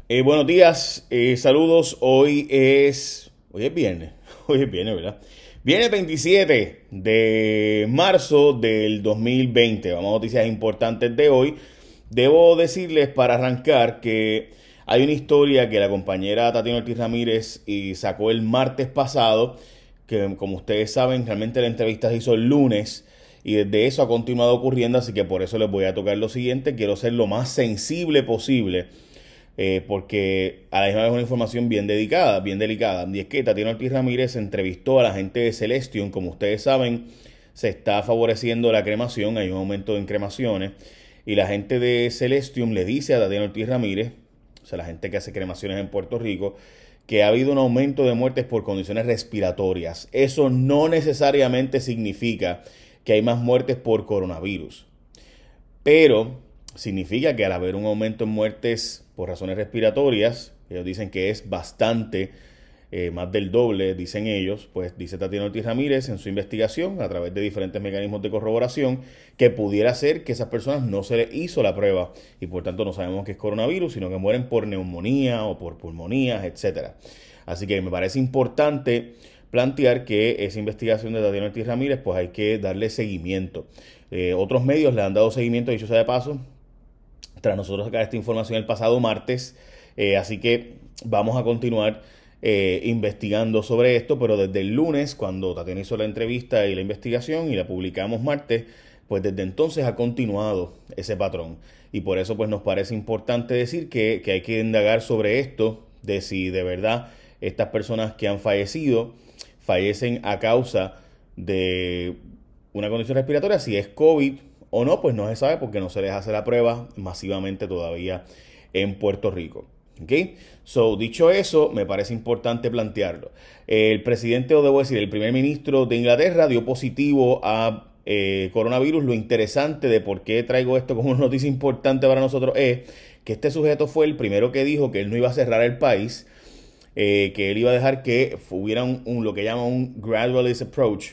Buenos días, saludos. Hoy es viernes, hoy es viernes, ¿verdad? Viernes 27 de marzo del 2020. Vamos a noticias importantes de hoy. Debo decirles para arrancar que hay una historia que la compañera Tatiana Ortiz Ramírez sacó el martes pasado, que como ustedes saben, realmente la entrevista se hizo el lunes. Y desde eso ha continuado ocurriendo, así que por eso les voy a tocar lo siguiente. Quiero ser lo más sensible posible porque a la misma vez es una información bien dedicada, bien delicada. Y es que Tatiana Ortiz Ramírez entrevistó a la gente de Celestion. Como ustedes saben, se está favoreciendo la cremación, hay un aumento en cremaciones. Y la gente de Celestion le dice a Tatiana Ortiz Ramírez, o sea, la gente que hace cremaciones en Puerto Rico, que ha habido un aumento de muertes por condiciones respiratorias. Eso no necesariamente significa que hay más muertes por coronavirus, pero significa que al haber un aumento en muertes por razones respiratorias, ellos dicen que es bastante, más del doble, dicen ellos, pues dice Tatiana Ortiz Ramírez en su investigación, a través de diferentes mecanismos de corroboración, que pudiera ser que esas personas no se les hizo la prueba y por tanto no sabemos que es coronavirus, sino que mueren por neumonía o por pulmonías, etcétera. Así que me parece importante plantear que esa investigación de Tatiana Ortiz Ramírez, pues hay que darle seguimiento. Otros medios le han dado seguimiento, dicho sea de paso, tras nosotros sacar esta información el pasado martes. Así que vamos a continuar investigando sobre esto, pero desde el lunes, cuando Tatiana hizo la entrevista y la investigación y la publicamos martes, pues desde entonces ha continuado ese patrón. Y por eso pues nos parece importante decir que hay que indagar sobre esto, de si de verdad estas personas que han fallecido fallecen a causa de una condición respiratoria, si es COVID o no, pues no se sabe porque no se les hace la prueba masivamente todavía en Puerto Rico. ¿Ok? So, dicho eso, me parece importante plantearlo. El presidente, o debo decir, el primer ministro de Inglaterra dio positivo a coronavirus. Lo interesante de por qué traigo esto como una noticia importante para nosotros es que este sujeto fue el primero que dijo que él no iba a cerrar el país, que él iba a dejar que hubiera lo que llama un gradualist approach,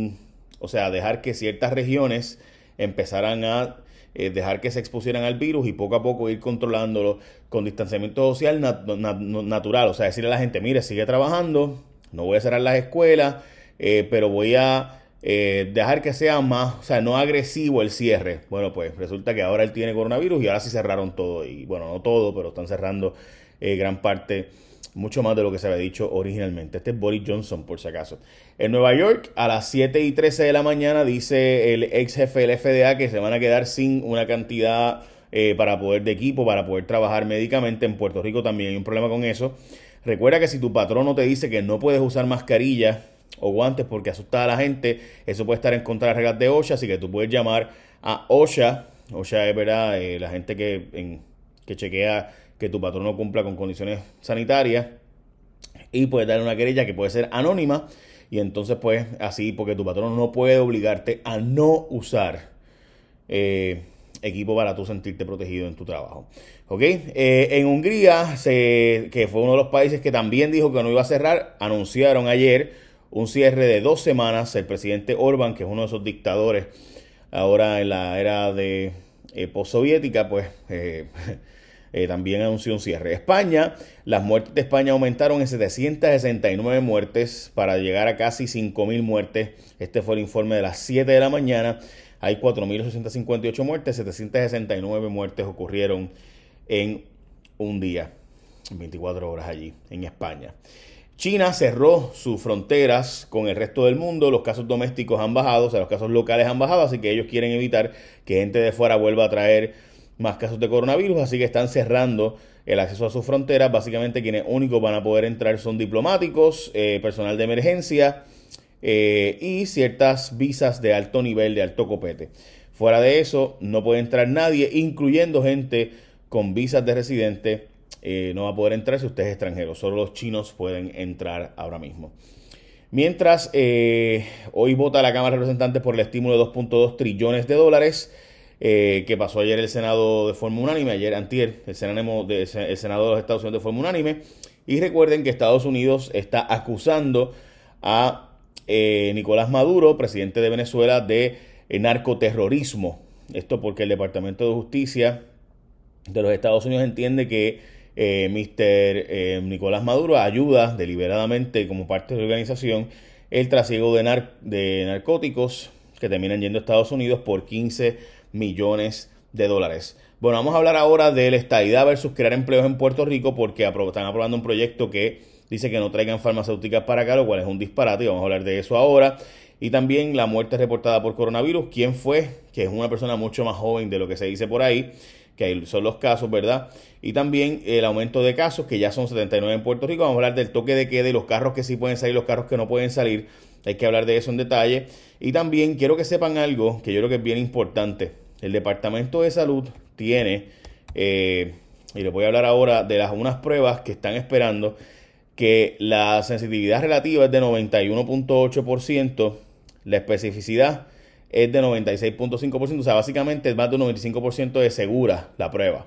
o sea, dejar que ciertas regiones empezaran a dejar que se expusieran al virus y poco a poco ir controlándolo con distanciamiento social natural. O sea, decirle a la gente, mire, sigue trabajando, no voy a cerrar las escuelas, pero voy a dejar que sea más, o sea, no agresivo el cierre. Bueno, pues resulta que ahora él tiene coronavirus y ahora sí cerraron todo. Y bueno, no todo, pero están cerrando gran parte, mucho más de lo que se había dicho originalmente. Este es Boris Johnson, por si acaso. En Nueva York, a las 7:13 de la mañana, dice el ex jefe del FDA que se van a quedar sin una cantidad de equipo para poder trabajar médicamente. En Puerto Rico también hay un problema con eso. Recuerda que si tu patrono te dice que no puedes usar mascarilla o guantes porque asusta a la gente, eso puede estar en contra de las reglas de OSHA, así que tú puedes llamar a OSHA. OSHA es, verdad, la gente que chequea que tu patrono cumpla con condiciones sanitarias, y puedes darle una querella que puede ser anónima, y entonces pues así, porque tu patrono no puede obligarte a no usar equipo para tú sentirte protegido en tu trabajo. ¿Ok? En Hungría, que fue uno de los países que también dijo que no iba a cerrar, anunciaron ayer un cierre de 2 semanas. El presidente Orbán, que es uno de esos dictadores ahora en la era de postsoviética, pues también anunció un cierre. España, las muertes de España aumentaron en 769 muertes para llegar a casi 5.000 muertes. Este fue el informe de las 7 de la mañana. Hay 4.858 muertes, 769 muertes ocurrieron en un día, 24 horas allí, en España. China cerró sus fronteras con el resto del mundo. Los casos domésticos han bajado, o sea, los casos locales han bajado, así que ellos quieren evitar que gente de fuera vuelva a traer más casos de coronavirus, así que están cerrando el acceso a sus fronteras. Básicamente quienes únicos van a poder entrar son diplomáticos, personal de emergencia y ciertas visas de alto nivel, de alto copete. Fuera de eso, no puede entrar nadie, incluyendo gente con visas de residente. No va a poder entrar si usted es extranjero. Solo los chinos pueden entrar ahora mismo. Mientras, hoy vota la Cámara de Representantes por el estímulo de 2.2 trillones de dólares. Que pasó ayer el Senado de forma unánime, antier, el Senado de los Estados Unidos de forma unánime. Y recuerden que Estados Unidos está acusando a Nicolás Maduro, presidente de Venezuela, de narcoterrorismo. Esto porque el Departamento de Justicia de los Estados Unidos entiende que Nicolás Maduro ayuda deliberadamente como parte de la organización el trasiego de narcóticos que terminan yendo a Estados Unidos por 15 millones de dólares. Bueno, vamos a hablar ahora de la estadidad versus crear empleos en Puerto Rico porque están aprobando un proyecto que dice que no traigan farmacéuticas para acá, lo cual es un disparate y vamos a hablar de eso ahora. Y también la muerte reportada por coronavirus. ¿Quién fue? Que es una persona mucho más joven de lo que se dice por ahí, que ahí son los casos, ¿verdad? Y también el aumento de casos, que ya son 79 en Puerto Rico. Vamos a hablar del toque de queda y los carros que sí pueden salir, los carros que no pueden salir. Hay que hablar de eso en detalle. Y también quiero que sepan algo que yo creo que es bien importante. El Departamento de Salud tiene, y les voy a hablar ahora de unas pruebas que están esperando, que la sensitividad relativa es de 91.8%, la especificidad es de 96.5%, o sea, básicamente es más de un 95% de segura la prueba.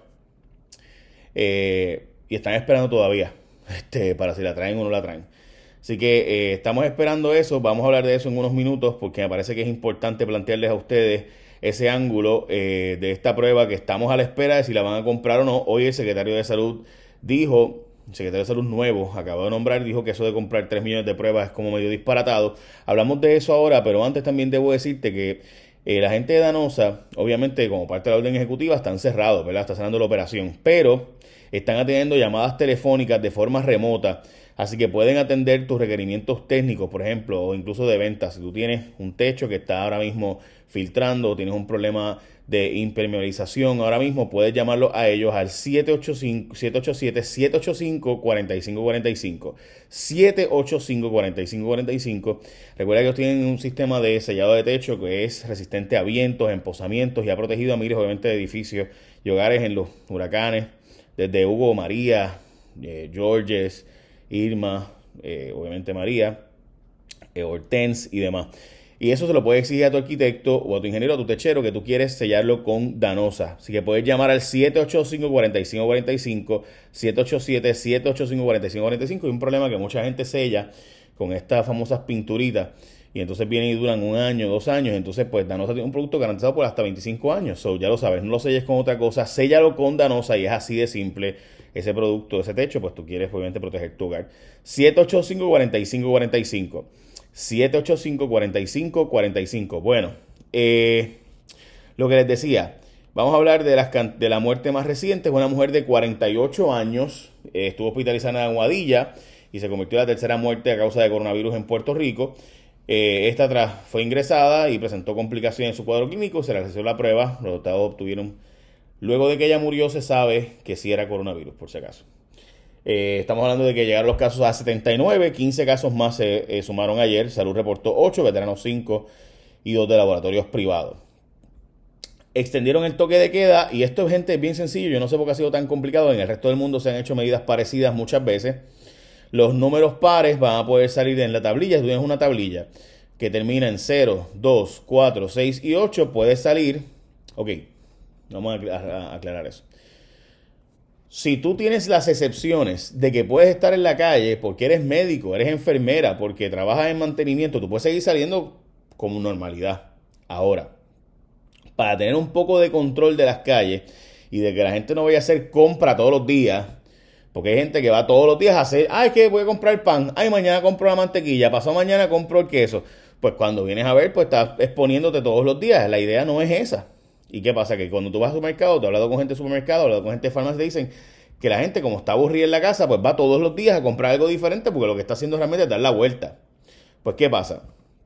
Y están esperando todavía para si la traen o no la traen. Así que estamos esperando eso, vamos a hablar de eso en unos minutos porque me parece que es importante plantearles a ustedes ese ángulo de esta prueba que estamos a la espera de si la van a comprar o no. Hoy el secretario de Salud dijo... El secretario de Salud nuevo, acabo de nombrar, dijo que eso de comprar 3 millones de pruebas es como medio disparatado. Hablamos de eso ahora, pero antes también debo decirte que la gente de Danosa, obviamente como parte de la orden ejecutiva, están cerrados, ¿verdad? Está cerrando la operación, pero están atendiendo llamadas telefónicas de forma remota, así que pueden atender tus requerimientos técnicos, por ejemplo, o incluso de ventas. Si tú tienes un techo que está ahora mismo filtrando o tienes un problema de impermeabilización, ahora mismo puedes llamarlo a ellos al 787-785-4545. 785-4545. Recuerda que ellos tienen un sistema de sellado de techo que es resistente a vientos, emposamientos y ha protegido a miles, obviamente, de edificios y hogares en los huracanes, desde Hugo, María, Georges, Irma, obviamente María, Hortense y demás. Y eso se lo puedes exigir a tu arquitecto o a tu ingeniero, a tu techero, que tú quieres sellarlo con Danosa. Así que puedes llamar al 785-4545, 787-785-4545. Hay un problema que mucha gente sella con estas famosas pinturitas y entonces vienen y duran 1 año, 2 años. Entonces, pues Danosa tiene un producto garantizado por hasta 25 años. So, ya lo sabes, no lo selles con otra cosa, séllalo con Danosa y es así de simple. Ese producto, ese techo, pues tú quieres obviamente proteger tu hogar. 785-4545. 785-4545. Bueno, lo que les decía, vamos a hablar de la muerte más reciente. Es una mujer de 48 años, estuvo hospitalizada en Aguadilla y se convirtió en la tercera muerte a causa de coronavirus en Puerto Rico. Esta fue ingresada y presentó complicaciones en su cuadro clínico, se le realizó la prueba, los resultados obtuvieron. Luego de que ella murió se sabe que sí era coronavirus, por si acaso. Estamos hablando de que llegaron los casos a 79, 15 casos más se sumaron ayer. Salud reportó 8, veteranos 5 y 2 de laboratorios privados. Extendieron el toque de queda y esto, gente, es bien sencillo. Yo no sé por qué ha sido tan complicado. En el resto del mundo se han hecho medidas parecidas muchas veces. Los números pares van a poder salir en la tablilla. Si tú tienes una tablilla que termina en 0, 2, 4, 6 y 8, puede salir. Ok, vamos a aclarar eso. Si tú tienes las excepciones de que puedes estar en la calle porque eres médico, eres enfermera, porque trabajas en mantenimiento, tú puedes seguir saliendo como normalidad. Ahora, para tener un poco de control de las calles y de que la gente no vaya a hacer compra todos los días, porque hay gente que va todos los días a hacer, ay, que voy a comprar pan, ay, mañana compro la mantequilla, pasado mañana compro el queso. Pues cuando vienes a ver, pues estás exponiéndote todos los días. La idea no es esa. ¿Y qué pasa? Que cuando tú vas al supermercado, te has hablado con gente de supermercado, has hablado con gente de farmacia, te dicen que la gente, como está aburrida en la casa, pues va todos los días a comprar algo diferente porque lo que está haciendo realmente es dar la vuelta. Pues, ¿qué pasa?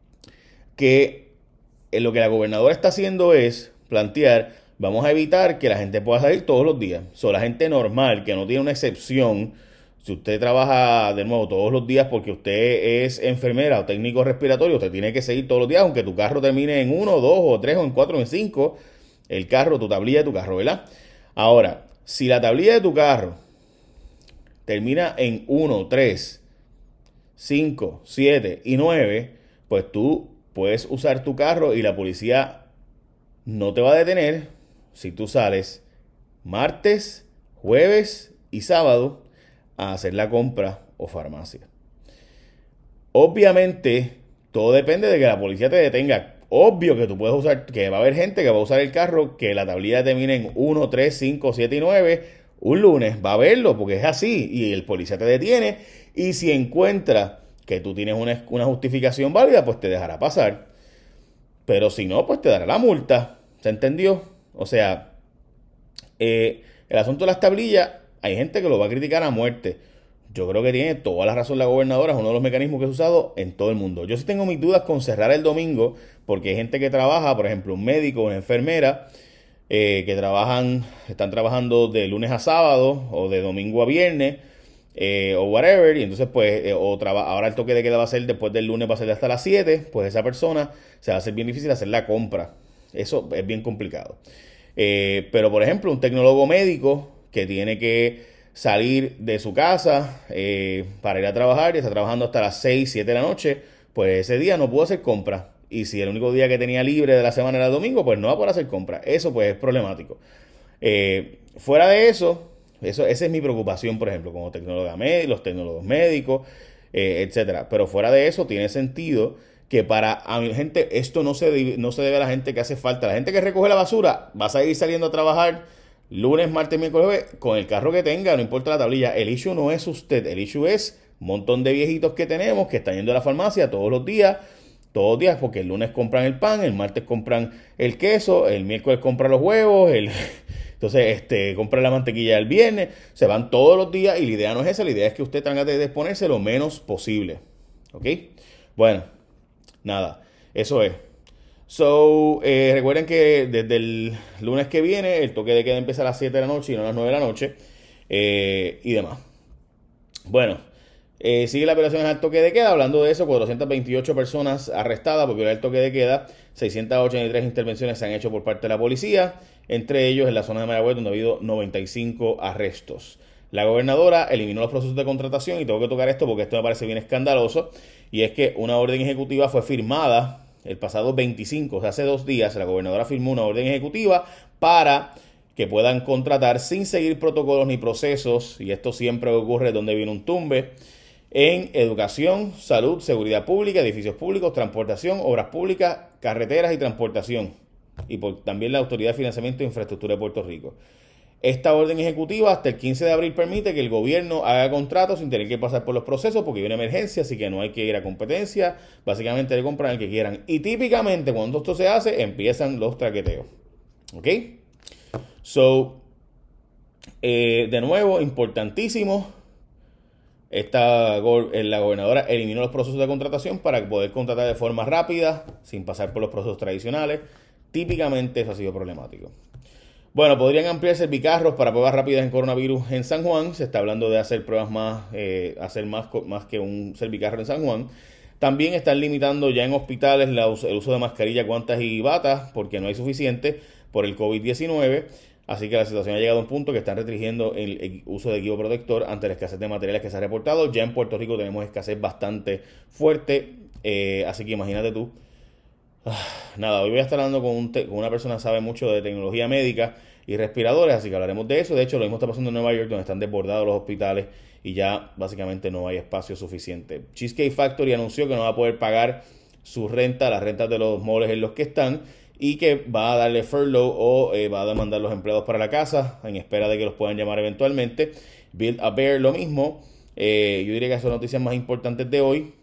Que lo que la gobernadora está haciendo es plantear, vamos a evitar que la gente pueda salir todos los días. La gente normal, que no tiene una excepción, si usted trabaja de nuevo todos los días porque usted es enfermera o técnico respiratorio, usted tiene que seguir todos los días, aunque tu carro termine en 1, 2 o 3 o en 4 o en 5, el carro, tu tablilla de tu carro, ¿verdad? Ahora, si la tablilla de tu carro termina en 1, 3, 5, 7 y 9, pues tú puedes usar tu carro y la policía no te va a detener si tú sales martes, jueves y sábado a hacer la compra o farmacia. Obviamente, todo depende de que la policía te detenga. Obvio que tú puedes usar, que va a haber gente que va a usar el carro, que la tablilla termine en 1, 3, 5, 7 y 9, un lunes va a verlo porque es así y el policía te detiene y si encuentra que tú tienes una justificación válida, pues te dejará pasar. Pero si no, pues te dará la multa. ¿Se entendió? O sea, el asunto de las tablillas, hay gente que lo va a criticar a muerte. Yo creo que tiene toda la razón la gobernadora, es uno de los mecanismos que es usado en todo el mundo. Yo sí tengo mis dudas con cerrar el domingo, porque hay gente que trabaja, por ejemplo, un médico, una enfermera, que están trabajando de lunes a sábado o de domingo a viernes, o whatever, y entonces pues, ahora el toque de queda va a ser después del lunes, va a ser hasta las 7, pues esa persona se va a hacer bien difícil hacer la compra. Eso es bien complicado. Pero por ejemplo, un tecnólogo médico que tiene que salir de su casa para ir a trabajar y está trabajando hasta las 6, 7 de la noche, pues ese día no pudo hacer compras. Y si el único día que tenía libre de la semana era el domingo, pues no va a poder hacer compras. Eso pues es problemático. Fuera de eso, esa es mi preocupación, por ejemplo, como tecnóloga médica, los tecnólogos médicos, etcétera. Pero fuera de eso, tiene sentido que a mi gente, esto no se debe a la gente que hace falta. La gente que recoge la basura va a seguir saliendo a trabajar lunes, martes, miércoles, jueves, con el carro que tenga, no importa la tablilla. El issue no es usted, el issue es un montón de viejitos que tenemos que están yendo a la farmacia todos los días, porque el lunes compran el pan, el martes compran el queso, el miércoles compran los huevos, entonces compran la mantequilla el viernes, se van todos los días y la idea no es esa, la idea es que usted tenga de exponerse lo menos posible. ¿Ok? Bueno, nada, eso es. Recuerden que desde el lunes que viene el toque de queda empieza a las 7 de la noche y no a las 9 de la noche, y demás. Bueno, sigue la operación al toque de queda. Hablando de eso, 428 personas arrestadas por violar el toque de queda, 683 intervenciones se han hecho por parte de la policía, entre ellos en la zona de Mayagüez, donde ha habido 95 arrestos. La gobernadora eliminó los procesos de contratación, y tengo que tocar esto porque esto me parece bien escandaloso, y es que una orden ejecutiva fue firmada el pasado 25, o sea, hace 2 días, la gobernadora firmó una orden ejecutiva para que puedan contratar sin seguir protocolos ni procesos, y esto siempre ocurre donde viene un tumbe, en educación, salud, seguridad pública, edificios públicos, transportación, obras públicas, carreteras y transportación, y también la Autoridad de Financiamiento e Infraestructura de Puerto Rico. Esta orden ejecutiva hasta el 15 de abril permite que el gobierno haga contratos sin tener que pasar por los procesos porque hay una emergencia, así que no hay que ir a competencia. Básicamente le compran el que quieran. Y típicamente cuando esto se hace, empiezan los traqueteos. ¿Ok? De nuevo, importantísimo, la gobernadora eliminó los procesos de contratación para poder contratar de forma rápida, sin pasar por los procesos tradicionales. Típicamente eso ha sido problemático. Bueno, podrían ampliar servicarros para pruebas rápidas en coronavirus en San Juan. Se está hablando de hacer pruebas hacer más que un servicarro en San Juan. También están limitando ya en hospitales el uso de mascarillas, guantes y batas porque no hay suficiente por el COVID-19. Así que la situación ha llegado a un punto que están restringiendo el uso de equipo protector ante la escasez de materiales que se ha reportado. Ya en Puerto Rico tenemos escasez bastante fuerte, así que imagínate tú. Nada, hoy voy a estar hablando con una persona que sabe mucho de tecnología médica y respiradores, así que hablaremos de eso. De hecho, lo mismo está pasando en Nueva York, donde están desbordados los hospitales y ya básicamente no hay espacio suficiente. Cheesecake Factory anunció que no va a poder pagar su renta, las rentas de los malls en los que están, y que va a darle furlough o va a demandar los empleados para la casa en espera de que los puedan llamar eventualmente. Build a Bear lo mismo. Yo diría que son noticias más importantes de hoy.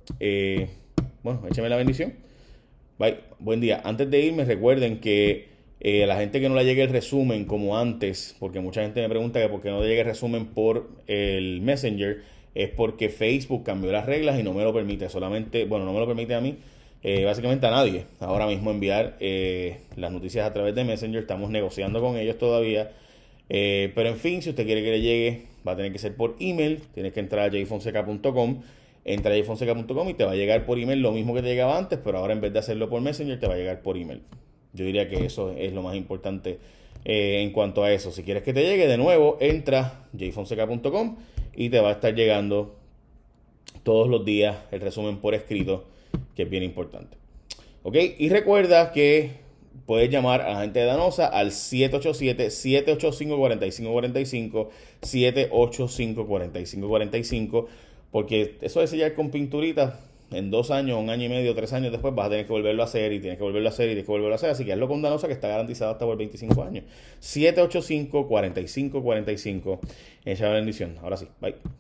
Bueno, échame la bendición. Bye. Buen día. Antes de irme, recuerden que a la gente que no le llegue el resumen como antes, porque mucha gente me pregunta que por qué no le llega el resumen por el Messenger, es porque Facebook cambió las reglas y no me lo permite. No me lo permite a mí, básicamente a nadie, ahora mismo enviar las noticias a través de Messenger. Estamos negociando con ellos todavía. Pero en fin, si usted quiere que le llegue, va a tener que ser por email. Tienes que entrar a jfonseca.com. Entra a jfonseca.com y te va a llegar por email lo mismo que te llegaba antes, pero ahora en vez de hacerlo por Messenger te va a llegar por email. Yo diría que eso es lo más importante en cuanto a eso. Si quieres que te llegue, de nuevo, entra a jfonseca.com y te va a estar llegando todos los días el resumen por escrito, que es bien importante. ¿Ok? Y recuerda que puedes llamar a la gente de Danosa al 787-785-4545, 785-4545, porque eso de sellar con pinturitas en 2 años, 1 año y medio, 3 años después vas a tener que volverlo a hacer y tienes que volverlo a hacer y tienes que volverlo a hacer. Así que hazlo con Danosa, que está garantizado hasta por 25 años. 785-4545. Echa la bendición. Ahora sí, bye.